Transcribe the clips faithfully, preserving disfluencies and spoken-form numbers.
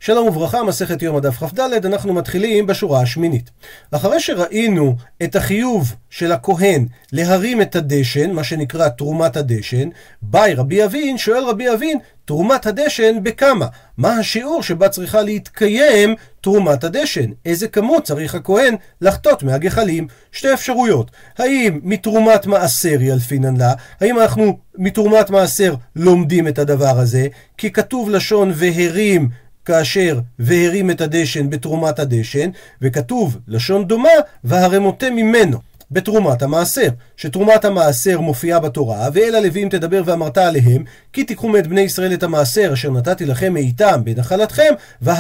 שלום וברכה, מסכת יום הדף כ"ד, אנחנו מתחילים בשורה השמינית. אחרי שראינו את החיוב של הכהן להרים את הדשן, מה שנקרא תרומת הדשן, ביי רבי אבין, שואל רבי אבין, תרומת הדשן בכמה? מה השיעור שבה צריכה להתקיים תרומת הדשן? איזה כמות צריך הכהן לחטות מהגחלים? שתי אפשרויות. האם מתרומת מעשר ילפינן לה? האם אנחנו מתרומת מעשר לומדים את הדבר הזה? כי כתוב לשון והרים כאשר והרים את הדשן בתרומת הדשן, וכתוב לשון דומה והרמותם ממנו בתרומת המעשר, שתרומת המעשר מופיעה בתורה, ואל הלווים תדבר ואמרת עליהם, כי תיקחו מאת בני ישראל את המעשר אשר נתתי לכם מאיתם בנחלתכם,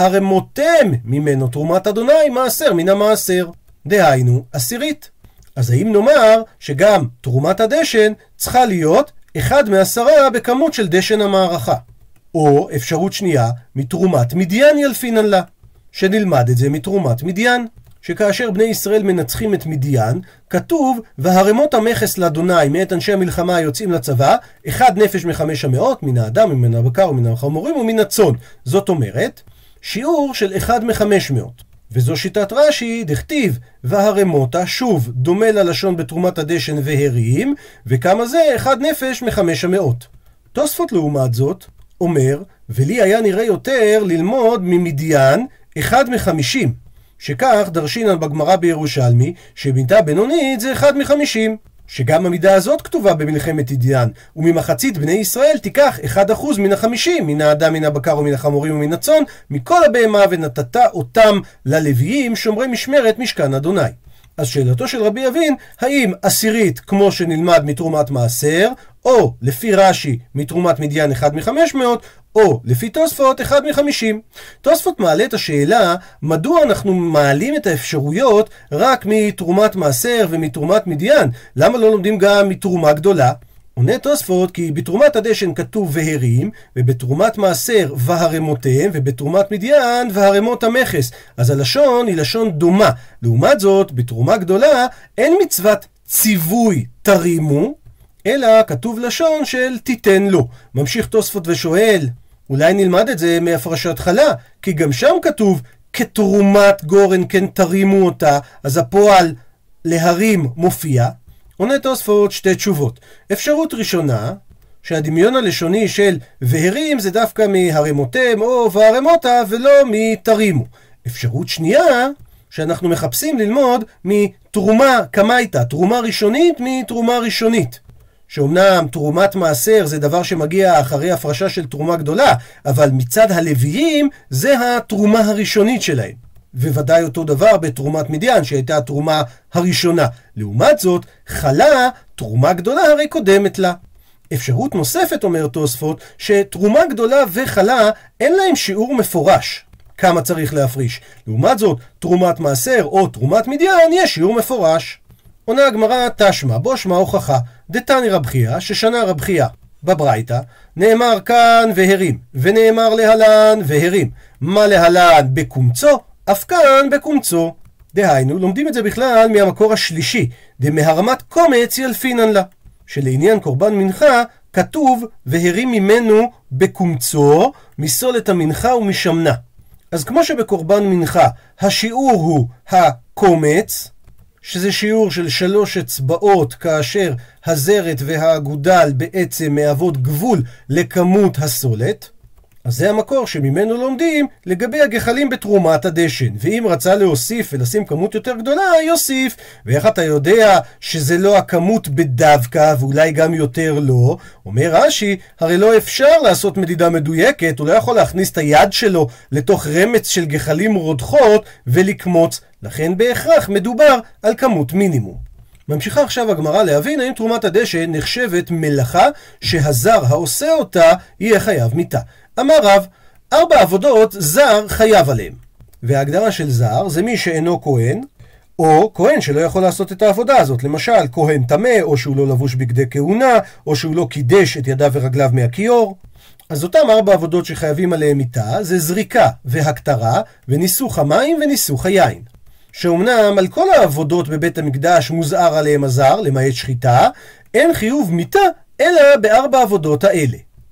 והרמותם ממנו תרומת אדוני מעשר מן המעשר, דהיינו עשירית. אז האם נאמר שגם תרומת הדשן צריכה להיות אחד מעשרה בכמות של דשן המערכה? או אפשרות שנייה, מתרומת מדיין ילפינן לה, שנלמד את זה מתרומת מדיין, שכאשר בני ישראל מנצחים את מדיין, כתוב, והרמות המכס לאדוני מאת אנשי המלחמה היוצאים לצבא, אחד נפש מחמש המאות, מן האדם, מן הבקר ומן החמורים ומן הצאן. זאת אומרת, שיעור של אחד מחמש מאות. וזו שיטת רש"י, דכתיב, והרמותה, שוב, דומה ללשון בתרומת הדשן והרים, וכמה זה אחד נפש מחמש המאות. תוספות לעומת זאת, אומר, ולי היה נראה יותר ללמוד ממדיין אחד מחמישים, שכך דרשינן בגמרא בירושלמי, שמידה בינונית זה אחד מחמישים, שגם המידה הזאת כתובה במלחמת מדיין, וממחצית בני ישראל תיקח אחד אחוז מן החמישים, מן האדם, מן הבקר ומן החמורים ומן הצאן, מכל הבהמה ונתת אותם ללוויים שומרי משמרת משכן אדוני. אז שאלתו של רבי אבין, האם עשירית כמו שנלמד מתרומת מעשר, או לפי רש"י מתרומת מדיין אחד מחמש מאות, או לפי תוספות אחד מחמישים. תוספות מעלה את השאלה, מדוע אנחנו מעלים את האפשרויות רק מתרומת מעשר ומתרומת מדיין? למה לא לומדים גם מתרומה גדולה? עונה תוספות כי בתרומת הדשן כתוב והרים, ובתרומת מעשר והרמותיהם, ובתרומת מדיין והרמות המכס. אז הלשון היא לשון דומה. לעומת זאת, בתרומה גדולה אין מצוות ציווי תרימו, אלא כתוב לשון של תיתן לו. ממשיך תוספות ושואל, אולי נלמד את זה מהפרשת חלה, כי גם שם כתוב כתרומת גורן כן תרימו אותה, אז הפועל להרים מופיע. עונה תוספות שתי תשובות. אפשרות ראשונה, שהדמיון הלשוני של והרים זה דווקא מהרמותם או והרמותה ולא מתרימו. אפשרות שנייה, שאנחנו מחפשים ללמוד מתרומה כמה הייתה, תרומה ראשונית מתרומה ראשונית. שאומנם תרומת מעשר זה דבר שמגיע אחרי הפרשה של תרומה גדולה, אבל מצד הלוויים זה התרומה הראשונית שלהם. וודאי אותו דבר בתרומת מדיין שהייתה התרומה הראשונה. לעומת זאת, חלה, תרומה גדולה הרי קודמת לה. אפשרות נוספת, אומר תוספות, שתרומה גדולה וחלה אין להם שיעור מפורש כמה צריך להפריש. לעומת זאת, תרומת מעשר או תרומת מדיין יש שיעור מפורש. עונה הגמרא תשמע, בו שמע הוכחה, דתני רב חייא, ששנה רב חייא בברייתא, נאמר כאן והרים, ונאמר להלן והרים. מה להלן בקומצו? אף כאן בקומצו. דהיינו, לומדים את זה בכלל מהמקור השלישי, דמהרמת קומץ ילפינן לה, שלעניין קורבן מנחה כתוב והרים ממנו בקומצו מסולת המנחה ומשמנה. אז כמו שבקורבן מנחה השיעור הוא הקומץ, שזה שיעור של שלוש אצבעות, כאשר הזרת והאגודל בעצם מהוות גבול לכמות הסולת, אז זה המקור שממנו לומדים לגבי הגחלים בתרומת הדשן. ואם רצה להוסיף ולשים כמות יותר גדולה, יוסיף. ואיך אתה יודע שזה לא הכמות בדווקא ואולי גם יותר לא? אומר רש"י, הרי לא אפשר לעשות מדידה מדויקת, הוא לא יכול להכניס את היד שלו לתוך רמץ של גחלים רודחות ולקמוץ, לכן בהכרח מדובר על כמות מינימום. ממשיכה עכשיו הגמרא להבין האם תרומת הדשן נחשבת מלאכה שהזר העושה אותה יהיה חייב מיתה. אמר רב, ארבע עבודות זר חייב עליהם. וההגדרה של זר זה מי שאינו כהן, או כהן שלא יכול לעשות את העבודה הזאת. למשל, כהן טמא, או שהוא לא לבוש בגדי כהונה, או שהוא לא קידש את ידיו ורגליו מהכיור. אז אותם ארבע עבודות שחייבים עליהם מיתה זה זריקה והקטרה, וניסוך המים וניסוך היין. שאומנם על כל העבודות בבית המקדש מוזער עליהם הזר, למעט שחיטה, אין חיוב מיתה, אלא בארבע עבודות האלה.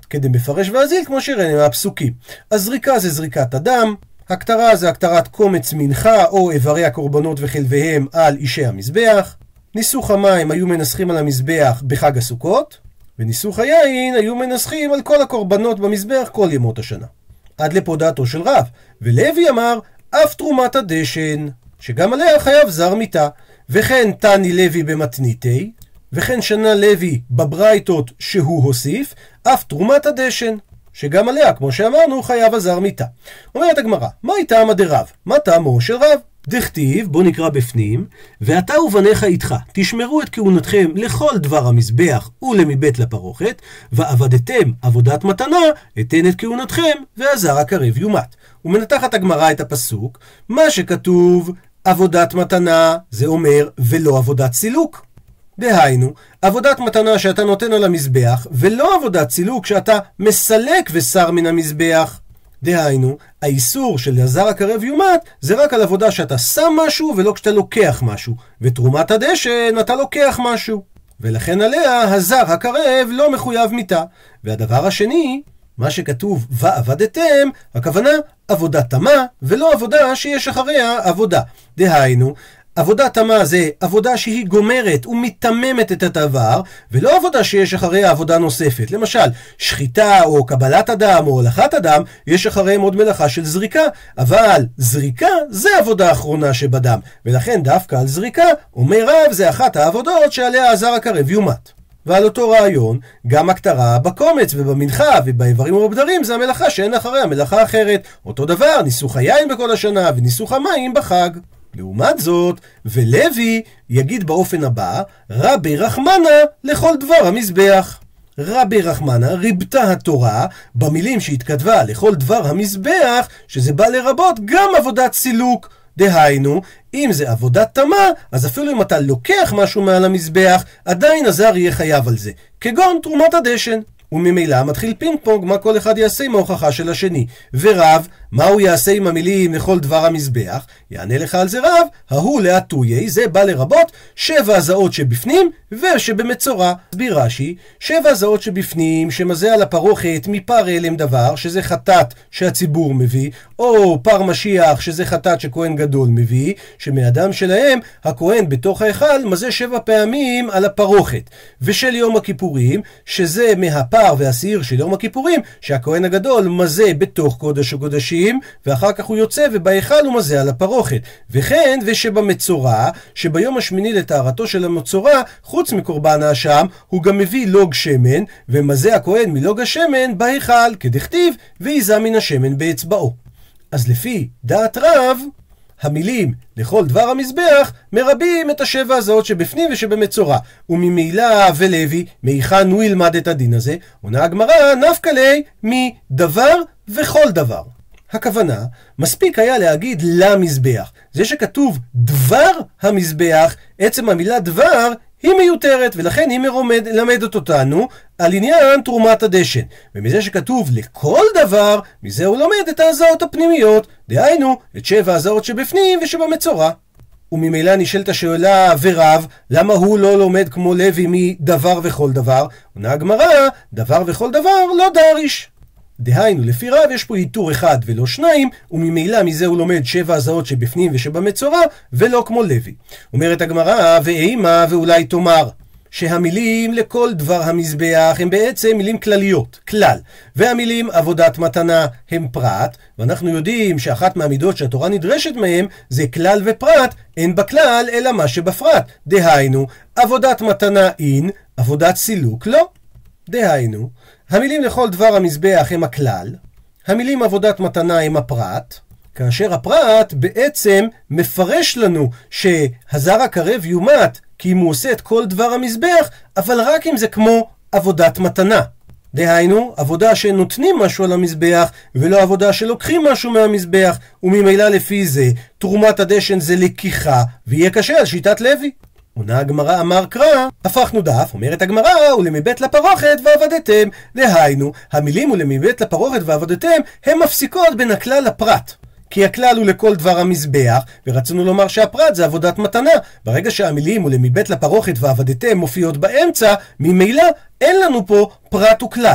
כדי מפרש ואזיל כמו שראינו מהפסוקים. אז זריקה זה זריקת הדם, הקטרה זה הקטרת קומץ מנחה או איברי הקורבנות וחלביהם על אישי המזבח, ניסוך המים היו מנסחים על המזבח בחג הסוכות, וניסוך היין היו מנסחים על כל הקורבנות במזבח כל ימות השנה. עד לפה דעתו של רב. ולוי אמר אף תרומת הדשן, שגם עליה חייב זר מיתה, וכן תני לוי במתניתי, וכן שנה לוי בברייתות שהוא הוסיף, אף תרומת הדשן, שגם עליה, כמו שאמרנו, חייב הזר מיתה. אומרת הגמרא, מה טעמא דרב? מה טעמו של רב? דכתיב, בוא נקרא בפנים, ואתה ובניך איתך, תשמרו את כהונתכם לכל דבר המזבח ולמבית לפרוכת, ועבדתם עבודת מתנה, אתן את כהונתכם, והזר הקרב יומת. ומנתחת הגמרא את הפסוק, מה שכתוב עבודת מתנה, זה אומר ולא עבודת סילוק. דהיינו, עבודת מתנה שאתה נותן על המזבח, ולא עבודת סילוק שאתה מסלק ושר מן המזבח. דהיינו, האיסור של הזר הקרב יומת זה רק על עבודה שאתה שם משהו ולא כשאתה לוקח משהו, ותרומת הדשן אתה לוקח משהו, ולכן עליה הזר הקרב לא מחויב מיתה. והדבר השני, מה שכתוב ועבדתם, הכוונה עבודה תמה ולא עבודה שיש אחריה עבודה. דהיינו, עבודה תמה זה עבודה שהיא גומרת ומתממת את הדבר, ולא עבודה שיש אחריה עבודה נוספת. למשל, שחיטה או קבלת אדם או הולכת אדם, יש אחריהם עוד מלאכה של זריקה, אבל זריקה זה עבודה האחרונה שבדם, ולכן דווקא על זריקה, אומר רב, זה אחת העבודות שעליה הזר הקרב יומת. ועל אותו רעיון, גם הקטרה בקומץ ובמנחה ובאיברים ובבדרים זה המלאכה שאין אחריה מלאכה אחרת. אותו דבר, ניסוך היין בכל השנה וניסוך המים בחג. לעומת זאת, ולוי יגיד באופן הבא, רבי רחמנה לכל דבר המזבח. רבי רחמנה ריבתה התורה במילים שהתכתבה לכל דבר המזבח, שזה בא לרבות גם עבודת סילוק. דהיינו, אם זה עבודת תמה, אז אפילו אם אתה לוקח משהו מעל המזבח, עדיין הזר יהיה חייב על זה, כגון תרומת הדשן. וממילא מתחיל פינג פונג מה כל אחד יעשה עם ההוכחה של השני. ורב, מה הוא יעשה עם המילים לכל דבר המזבח? יענה לך על זה רב, ההוא לאטויי, זה בא לרבות שבע הזעות שבפנים ושבמצורע. הסביר רש"י, שבע הזעות שבפנים שמזה על הפרוכת מפר אלם דבר, שזה חטאת שהציבור מביא, או פר משיח שזה חטאת שכהן גדול מביא, שמאדם שלהם הכהן בתוך ההיכל מזה שבע פעמים על הפרוכת. ושל יום הכיפורים, שזה מהפר והסעיר של יום הכיפורים, שהכהן הגדול מזה בתוך קודש הקודשים, ואחר כך הוא יוצא ובהיכל הוא מזה על הפרוכת. וכן ושבמצורע, שביום השמיני לטהרתו של המצורע, חוץ מקורבן האשם, הוא גם מביא לוג שמן, ומזה הכהן מלוג השמן בהיכל, כדכתיב, ויזה מן השמן באצבעו. אז לפי דעת רב, המילים לכל דבר המזבח מרבים את השבע הזעות שבפנים ושבמצורע. וממילא ולוי, מהיכן הוא ילמד את הדין הזה? עונה הגמרא, נפקא ליה מדבר וכל דבר. הכוונה, מספיק היה להגיד למזבח. זה שכתוב דבר המזבח, עצם המילה דבר היא מיותרת, ולכן היא מלמדת אותנו על עניין תרומת הדשן. ומזה שכתוב לכל דבר, מזה הוא לומד את ההזעות הפנימיות, דהיינו את שבע ההזעות שבפנים ושבמצורע. וממילא נשאלת השאלה, ורב, למה הוא לא לומד כמו לוי מדבר וכל דבר? עונה הגמרא, דבר וכל דבר לא דריש. דהיינו, לפי רב יש פה איתור אחד ולא שניים, וממילא מזה הוא לומד שבע הזעות שבפנים ושבמצורע, ולא כמו לוי. אומרת הגמרא, ואימה ואולי תאמר, שהמילים לכל דבר המזבח הם בעצם מילים כלליות, כלל, והמילים עבודת מתנה הם פרט, ואנחנו יודעים שאחת מהמידות שהתורה נדרשת מהם זה כלל ופרט, אין בכלל אלא מה שבפרט. דהיינו, עבודת מתנה אין, עבודת סילוק לא. דהיינו, המילים לכל דבר המזבח הם הכלל, המילים עבודת מתנה הם הפרט, כאשר הפרט בעצם מפרש לנו שהזר הקרב יומת, כי אם הוא עושה את כל דבר המזבח, אבל רק אם זה כמו עבודת מתנה. דהיינו, עבודה שנותנים משהו על המזבח, ולא עבודה שלוקחים משהו מהמזבח, וממילא לפי זה, תרומת הדשן זה לקיחה, ויהיה קשה על שיטת לוי. עונה הגמרא, אמר קרא, הפכנו דף, אומרת הגמרא, ולמבית לפרוכת ועבדתם. דהיינו, המילים ולמבית לפרוכת ועבדתם, הם מפסיקות בין הכלל לפרט. כי הכלל הוא לכל דבר המזבח, ורצינו לומר שהפרט זה עבודת מתנה. ברגע שהמילים ולמבית לפרוכת ועבדתם מופיעות באמצע, ממילא אין לנו פה פרט וכלל.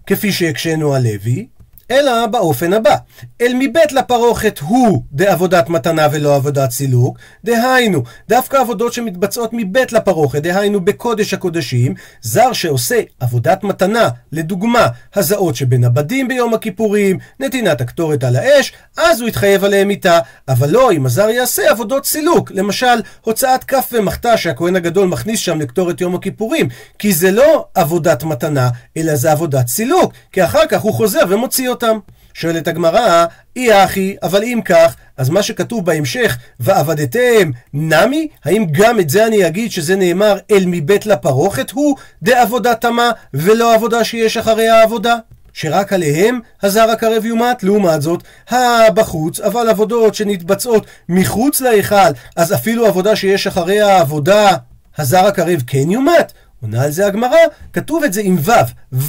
כפי שהקשנו הלוי, אלא באופן הבא: אל מבית לפרוכת הוא דעבודת מתנה ולא עבודת סילוק, דהיינו דווקא עבודות שמתבצעות מבית לפרוכת, דהיינו בקודש הקודשים, זר שעושה עבודת מתנה, לדוגמה הזעות שבין הבדים ביום הכיפורים, נתינת הקטורת על האש, אז הוא יתחייב עליהם מיתה. אבל לא אם הזר יעשה עבודות סילוק, למשל הוצאת כף ומחתה שהכהן הגדול מכניס שם לקטורת יום הכיפורים, כי זה לא עבודת מתנה אלא זה עבודת סילוק, כי אחר כך הוא חוזר ומוציא אותם. שואלת הגמרא, אי אחי, אבל אם כך, אז מה שכתוב בהמשך, ועבדתם נמי, האם גם את זה אני אגיד שזה נאמר אל מבית לפרוכת הוא דעבודה תמה ולא עבודה שיש אחרי העבודה? שרק עליהם הזר הקרב יומת? לעומת זאת, בחוץ, אבל עבודות שנתבצעות מחוץ להיכל, אז אפילו עבודה שיש אחרי העבודה, הזר הקרב כן יומת? עונה על זה הגמרא, כתוב את זה עם וו,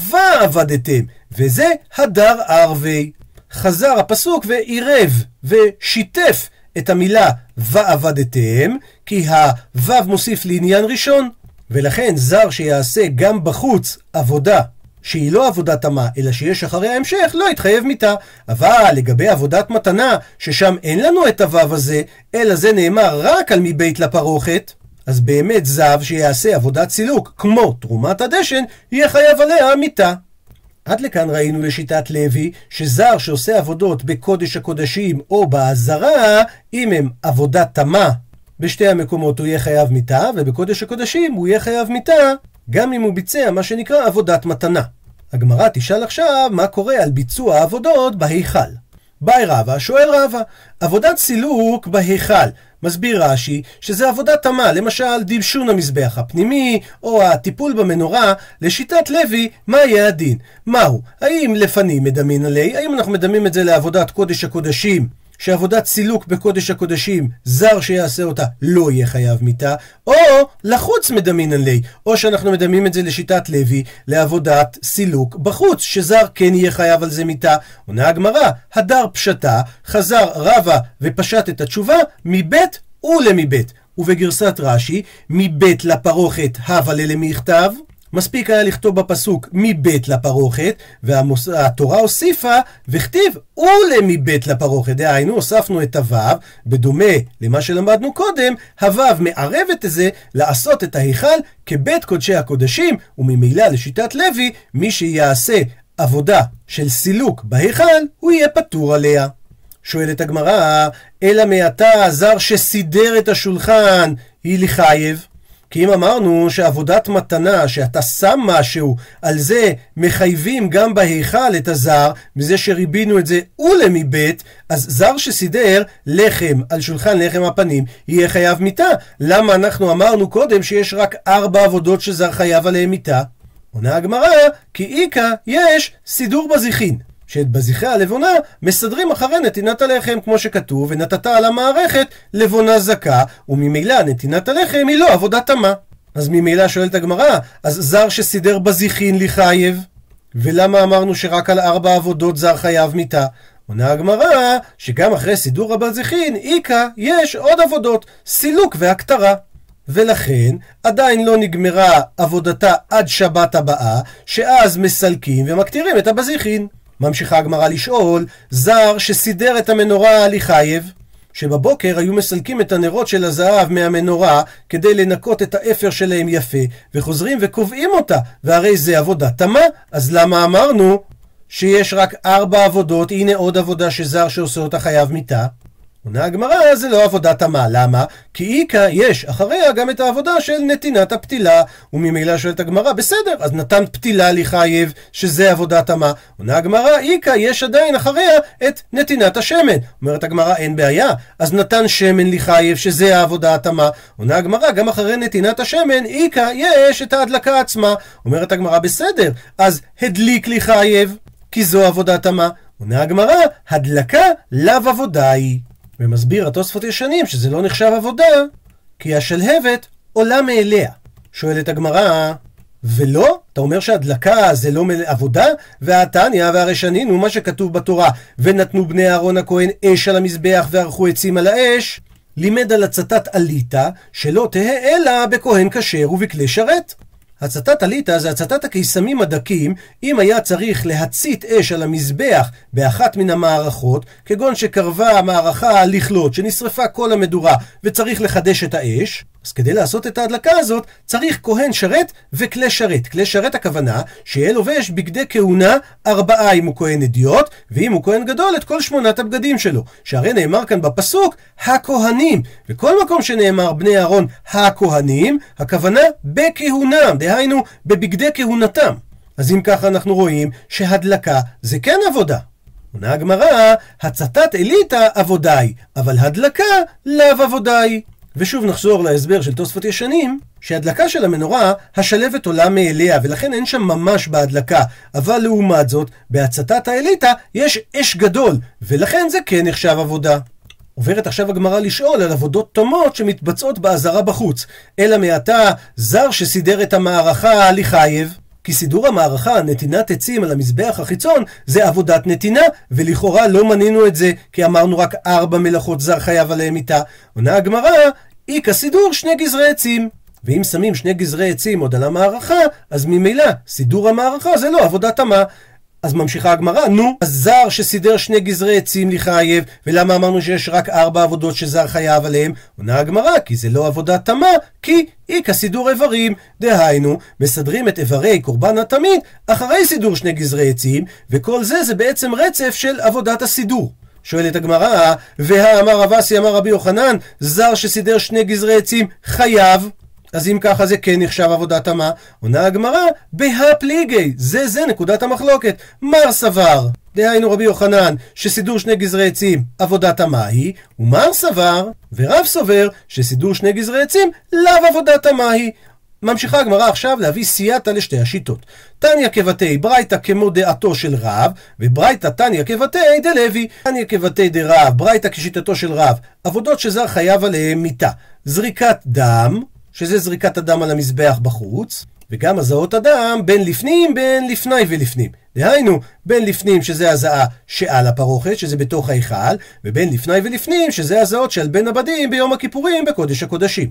ועבדתם, וזה הדר ערבי. חזר הפסוק ועירב ושיתף את המילה ועבדתם, כי הוו מוסיף לעניין ראשון, ולכן זר שיעשה גם בחוץ עבודה שהיא לא עבודת תמה, אלא שיש אחרי ההמשך, לא יתחייב מיתה. אבל לגבי עבודת מתנה, ששם אין לנו את הוו הזה, אלא זה נאמר רק על מבית לפרוכת, אז באמת זב שיעשה עבודת סילוק כמו תרומת הדשן, יהיה חייב עליה מיתה. עד לכאן ראינו לשיטת לוי שזר שעושה עבודות בקודש הקודשים או בעזרה, אם הם עבודת תמה, בשתי המקומות הוא יהיה חייב מיתה, ובקודש הקודשים הוא יהיה חייב מיתה גם אם הוא ביצע מה שנקרא עבודת מתנה. הגמרא תשאל עכשיו מה קורה על ביצוע העבודות בהיכל. באי רבא, שואל רבא, עבודת סילוק בהיכל, מסביר רש"י שזה עבודת תמה, למשל דיבשון המזבח הפנימי או הטיפול במנורה. לשיטת לוי, מה יהיה הדין? מהו? האם לפנים מדמים עלי? האם אנחנו מדמים את זה לעבודת קודש הקודשים, שעבודת סילוק בקודש הקודשים זר שיעשה אותה לא יהיה חייב מיתה, או לחוץ מדמין עלי, או שאנחנו מדמים את זה לשיטת לוי לעבודת סילוק בחוץ, שזר כן יהיה חייב על זה מיתה. עונה הגמרא, הדר פשטה, חזר רבא ופשט את התשובה מבית ולמבית, ובגרסת רש"י מבית לפרוכת הווה למכתב, מספיק היה לכתוב בפסוק מבית לפרוכת, והתורה הוסיפה וכתיב ולמבית לפרוכת, דהיינו הוספנו את הוו, בדומה למה שלמדנו קודם, הוו מערבת את זה לעשות את ההיכל כבית קודשי הקודשים, וממילא לשיטת לוי מי שיעשה עבודה של סילוק בהיכל הוא יהיה פטור עליה. שואלת הגמרא, אלא מעתה זר שסידר את השולחן היא לחייב? כי אם אמרנו שעבודת מתנה, שאתה שם משהו, על זה מחייבים גם בהיכל את הזר, מזה שריבינו את זה ולמבית, אז זר שסידר לחם על שולחן לחם הפנים, יהיה חייב מיתה. למה אנחנו אמרנו קודם שיש רק ארבע עבודות שזר חייב עליהם מיתה? עונה הגמרא, כי איקה יש סידור בזיחין, שאת בזיחי הלבונה מסדרים אחרי נתינת הלחם, כמו שכתוב, ונתת על המערכת לבונה זכה, וממילא נתינת הלחם היא לא עבודת תמה. אז ממילא שואלת הגמרא, אז זר שסידר בזיחין לי חייב? ולמה אמרנו שרק על ארבע עבודות זר חייב מיתה? עונה הגמרא, שגם אחרי סידור הבזיחין, איקה יש עוד עבודות, סילוק והקטרה. ולכן עדיין לא נגמרה עבודתה עד שבת הבאה, שאז מסלקים ומקטירים את הבזיחין. ממשיכה הגמרא לשאול, זר שסידר את המנורה לחייב, שבבוקר היו מסלקים את הנרות של הזהב מהמנורה כדי לנקות את האפר שלהם יפה, וחוזרים וקובעים אותה, והרי זה עבודה תמה. אז למה אמרנו שיש רק ארבע עבודות? הנה עוד עבודה שזר שעושה אותה חייב מיתה. עונה הגמרא, זה לא עבודה תמה. למה? כי איקה יש אחריה גם את העבודה של נתינת הפתילה, וממילא שואלת הגמרא, בסדר, אז נתן פתילה לחייב, שזה עבודה תמה. עונה הגמרא, איקה יש עדיין אחריה את נתינת השמן. אומרת הגמרא, אין בעיה, אז נתן שמן לחייב, שזה העבודה התמה. עונה הגמרא, גם אחרי נתינת השמן, איקה יש את ההדלקה עצמה. אומרת הגמרא, בסדר, אז הדליק לחייב, כי זו עבודה תמה. עונה הגמרא, הדלקה לאו עבודה היא. ומסביר התוספות ישנים שזה לא נחשב עבודה, כי השלהבת עולה מאליה. שואלת הגמרא, ולא? אתה אומר שהדלקה זה לא עבודה? והתניא והרשנין הוא מה שכתוב בתורה, ונתנו בני אהרון הכהן אש על המזבח וערכו עצים על האש, לימד על הצתת עליתה שלא תהא אלא בכהן כשר ובכלי שרת. הצתת הליטה זה הצתת הקיסמים הדקים, אם היה צריך להצית אש על המזבח באחת מן המערכות, כגון שקרבה המערכה לכלות, שנשרפה כל המדורה וצריך לחדש את האש, אז כדי לעשות את ההדלקה הזאת צריך כהן שרת וכלי שרת. כלי שרת הכוונה שיהיה לובש בגדי כהונה ארבעה אם הוא כהן אדיוט, ואם הוא כהן גדול את כל שמונת הבגדים שלו, שהרי נאמר כאן בפסוק הכהנים, וכל מקום שנאמר בני אהרון הכהנים, הכוונה בכהונם, דהיינו בבגדי כהונתם. אז אם ככה אנחנו רואים שהדלקה זה כן עבודה. עונה הגמרא, הצתת אליטה עבודה היא, אבל הדלקה לאו עבודה היא. ושוב נחזור להסבר של תוספות ישנים, שהדלקה של המנורה, השלבת עולה מאליה, ולכן אין שם ממש בהדלקה, אבל לעומת זאת, בהצתת האליטה יש אש גדול, ולכן זה כן נחשב עבודה. עוברת עכשיו הגמרא לשאול על עבודות תומות שמתבצעות בעזרה בחוץ, אלא מעתה זר שסידר את המערכה לחייב. כי סידור המערכה, נתינת עצים על המזבח החיצון, זה עבודת נתינה, ולכאורה לא מנינו את זה, כי אמרנו רק ארבע מלאכות זר חייב עליהם איתה. עונה הגמרא, אי כסידור שני גזרי עצים. ואם שמים שני גזרי עצים עוד על המערכה, אז ממילא סידור המערכה זה לא עבודת תמה. אז ממשיכה הגמרא, נו, הזר שסידר שני גזרי עצים לחייב, ולמה אמרנו שיש רק ארבע עבודות שזר חייב עליהם? עונה הגמרא, כי זה לא עבודת תמה, כי היא כסידור איברים, דהיינו, מסדרים את איברי קורבן התמיד אחרי סידור שני גזרי עצים, וכל זה זה בעצם רצף של עבודת הסידור. שואלת הגמרא, והאמר רב אסי אמר רבי יוחנן, זר שסידר שני גזרי עצים חייב, אז אם ככה זה כן נחשב עבודת תמה. עונה הגמרא, בהפליגי, זה זה נקודת המחלוקת. מר סבר, דהיינו רבי יוחנן, שסידור שני גזרי עצים עבודת תמה היא, ומר סבר, ורב סובר, שסידור שני גזרי עצים לאו עבודת תמה היא. ממשיכה הגמרא עכשיו להביא סייעתא לשתי השיטות. תניא כבתי ברייתא כמו דעתו של רב, וברייתא תניא כבתי דלוי. תניא כבתי דרב, ברייתא כשיטתו של רב, עבודות שזר חייב עליהם מיתה. זריקת דם, שזה זריקת הדם על המזבח בחוץ, וגם הזעות הדם בין לפנים בין לפני ולפנים. דהיינו, בין לפנים שזה הזעה שעל הפרוכת, שזה בתוך ההיכל, ובין לפני ולפנים שזה הזעות שעל בין הבדים ביום הכיפורים בקודש הקודשים.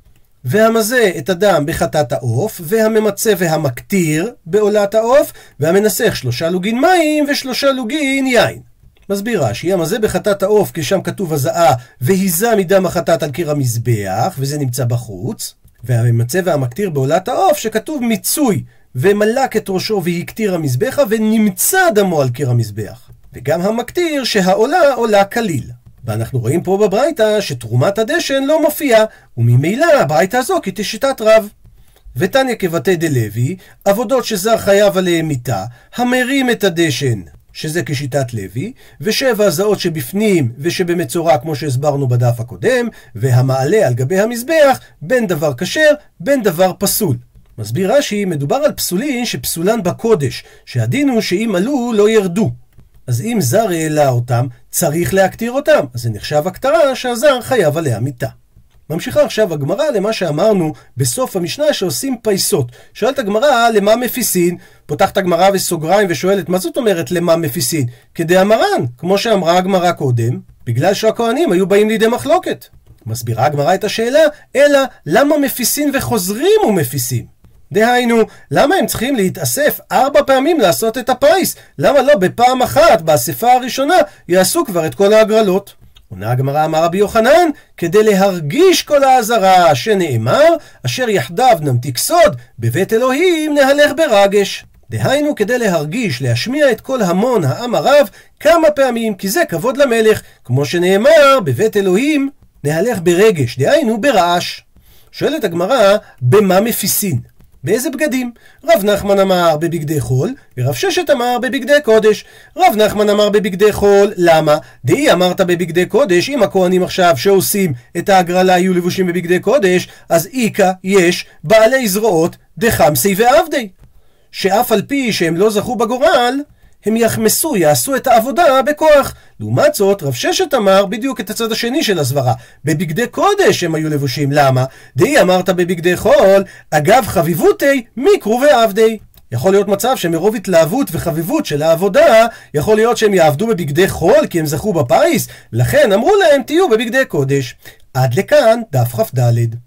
והמזה את הדם בחטאת העוף, והממצה והמקטיר בעולת העוף, והמנסח שלושה לוגין מים ושלושה לוגין יין. מסבירה שהיא המזה בחטאת העוף, כי שם כתוב הזעה והיזה מדם החטאת על קיר המזבח, וזה נמצא בחוץ, והממצה והמקטיר בעולת העוף שכתוב מיצוי ומלק את ראשו והקטיר המזבחה ונמצא דמו על קיר המזבח, וגם המקטיר שהעולה עולה כליל. ואנחנו רואים פה בברייתא שתרומת הדשן לא מופיעה, וממילא הברייתא הזו כתשיטת רב. ותניא כבתי דלוי, עבודות שזר חייב עליהם מיתה, המרים את הדשן, שזה כשיטת לוי, ושבע הזעות שבפנים ושבמצורע כמו שהסברנו בדף הקודם, והמעלה על גבי המזבח בין דבר כשר בין דבר פסול. מסבירה שהיא מדובר על פסולין שפסולן בקודש, שהדין הוא שאם עלו לא ירדו. אז אם זר העלה אותם, צריך להקטיר אותם, אז זה נחשב הקטרה שהזר חייב עליה מיתה. ממשיכה עכשיו הגמרא למה שאמרנו בסוף המשנה שעושים פייסות. שואלת הגמרא למה מפיסין? פותחת הגמרא וסוגריים ושואלת מה זאת אומרת למה מפיסין? כדי המרן, כמו שאמרה הגמרא קודם, בגלל שהכהנים היו באים לידי מחלוקת. מסבירה הגמרא את השאלה, אלא למה מפיסין וחוזרים ומפיסין? דהיינו, למה הם צריכים להתאסף ארבע פעמים לעשות את הפייס? למה לא בפעם אחת, באספה הראשונה, יעשו כבר את כל ההגרלות? עונה הגמרא אמר רבי יוחנן, כדי להרגיש כל העזרה שנאמר, אשר יחדיו נמתיק סוד, בבית אלוהים נהלך ברגש. דהיינו, כדי להרגיש, להשמיע את כל המון העם הרב כמה פעמים, כי זה כבוד למלך, כמו שנאמר, בבית אלוהים נהלך ברגש, דהיינו ברעש. שואלת הגמרא, במה מפיסין? באיזה בגדים? רב נחמן אמר בבגדי חול, ורב ששת אמר בבגדי קודש. רב נחמן אמר בבגדי חול, למה? דאי אמרת בבגדי קודש, אם הכהנים עכשיו שעושים את ההגרלה יהיו לבושים בבגדי קודש, אז איקה יש בעלי זרועות דחמסי ועבדי, שאף על פי שהם לא זכו בגורל, הם יחמסו, יעשו את העבודה בכוח. לעומת זאת, רב ששת אמר בדיוק את הצד השני של הסברה. בבגדי קודש הם היו לבושים. למה? דאי אמרת בבגדי חול, אגב חביבותי מיקרו ועבדי. יכול להיות מצב שמרוב התלהבות וחביבות של העבודה, יכול להיות שהם יעבדו בבגדי חול כי הם זכו בפייס, לכן אמרו להם תהיו בבגדי קודש. עד לכאן דף כ"ד.